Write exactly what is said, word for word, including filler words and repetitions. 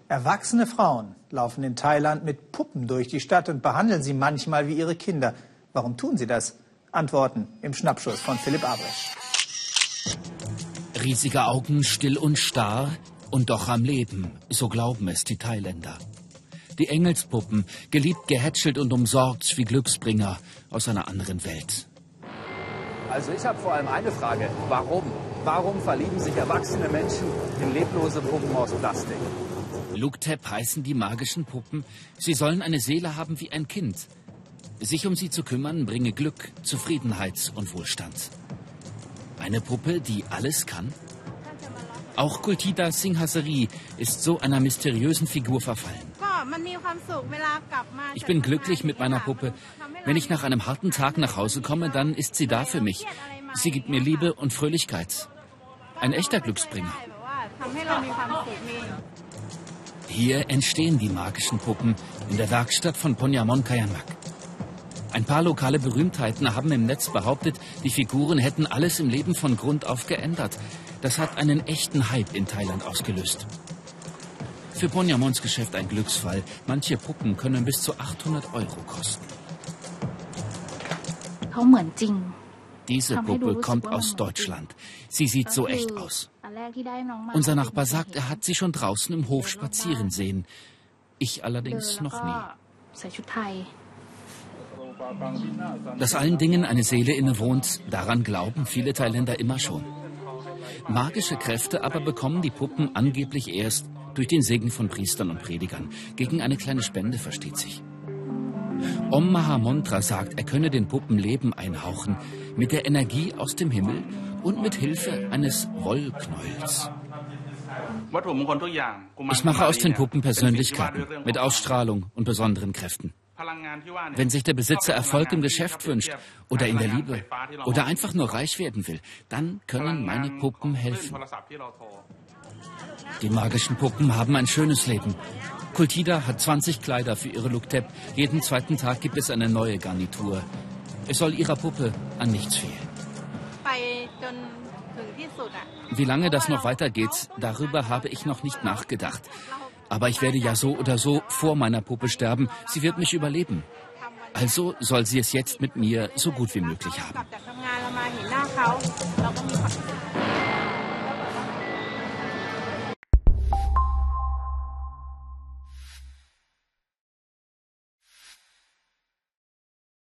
Erwachsene Frauen laufen in Thailand mit Puppen durch die Stadt und behandeln sie manchmal wie ihre Kinder. Warum tun sie das? Antworten im Schnappschuss von Philipp Abresch. Riesige Augen, still und starr und doch am Leben, so glauben es die Thailänder. Die Engelspuppen, geliebt, gehätschelt und umsorgt wie Glücksbringer aus einer anderen Welt. Also ich habe vor allem eine Frage. Warum? Warum verlieben sich erwachsene Menschen in leblose Puppen aus Plastik? Luktep heißen die magischen Puppen. Sie sollen eine Seele haben wie ein Kind. Sich um sie zu kümmern, bringe Glück, Zufriedenheit und Wohlstand. Eine Puppe, die alles kann? Auch Kultida Singhasari ist so einer mysteriösen Figur verfallen. Ich bin glücklich mit meiner Puppe. Wenn ich nach einem harten Tag nach Hause komme, dann ist sie da für mich. Sie gibt mir Liebe und Fröhlichkeit. Ein echter Glücksbringer. Hier entstehen die magischen Puppen in der Werkstatt von Ponyamon Kayamak. Ein paar lokale Berühmtheiten haben im Netz behauptet, die Figuren hätten alles im Leben von Grund auf geändert. Das hat einen echten Hype in Thailand ausgelöst. Für Ponyamons Geschäft ein Glücksfall. Manche Puppen können bis zu achthundert Euro kosten. Diese Puppe kommt aus Deutschland. Sie sieht so echt aus. Unser Nachbar sagt, er hat sie schon draußen im Hof spazieren sehen. Ich allerdings noch nie. Dass allen Dingen eine Seele innewohnt, daran glauben viele Thailänder immer schon. Magische Kräfte aber bekommen die Puppen angeblich erst durch den Segen von Priestern und Predigern. Gegen eine kleine Spende, versteht sich. Om Mahamontra sagt, er könne den Puppen Leben einhauchen, mit der Energie aus dem Himmel und mit Hilfe eines Wollknäuels. Ich mache aus den Puppen Persönlichkeiten, mit Ausstrahlung und besonderen Kräften. Wenn sich der Besitzer Erfolg im Geschäft wünscht oder in der Liebe oder einfach nur reich werden will, dann können meine Puppen helfen. Die magischen Puppen haben ein schönes Leben. Kultida hat zwanzig Kleider für ihre Luktep. Jeden zweiten Tag gibt es eine neue Garnitur. Es soll ihrer Puppe an nichts fehlen. Wie lange das noch weitergeht, darüber habe ich noch nicht nachgedacht. Aber ich werde ja so oder so vor meiner Puppe sterben. Sie wird mich überleben. Also soll sie es jetzt mit mir so gut wie möglich haben.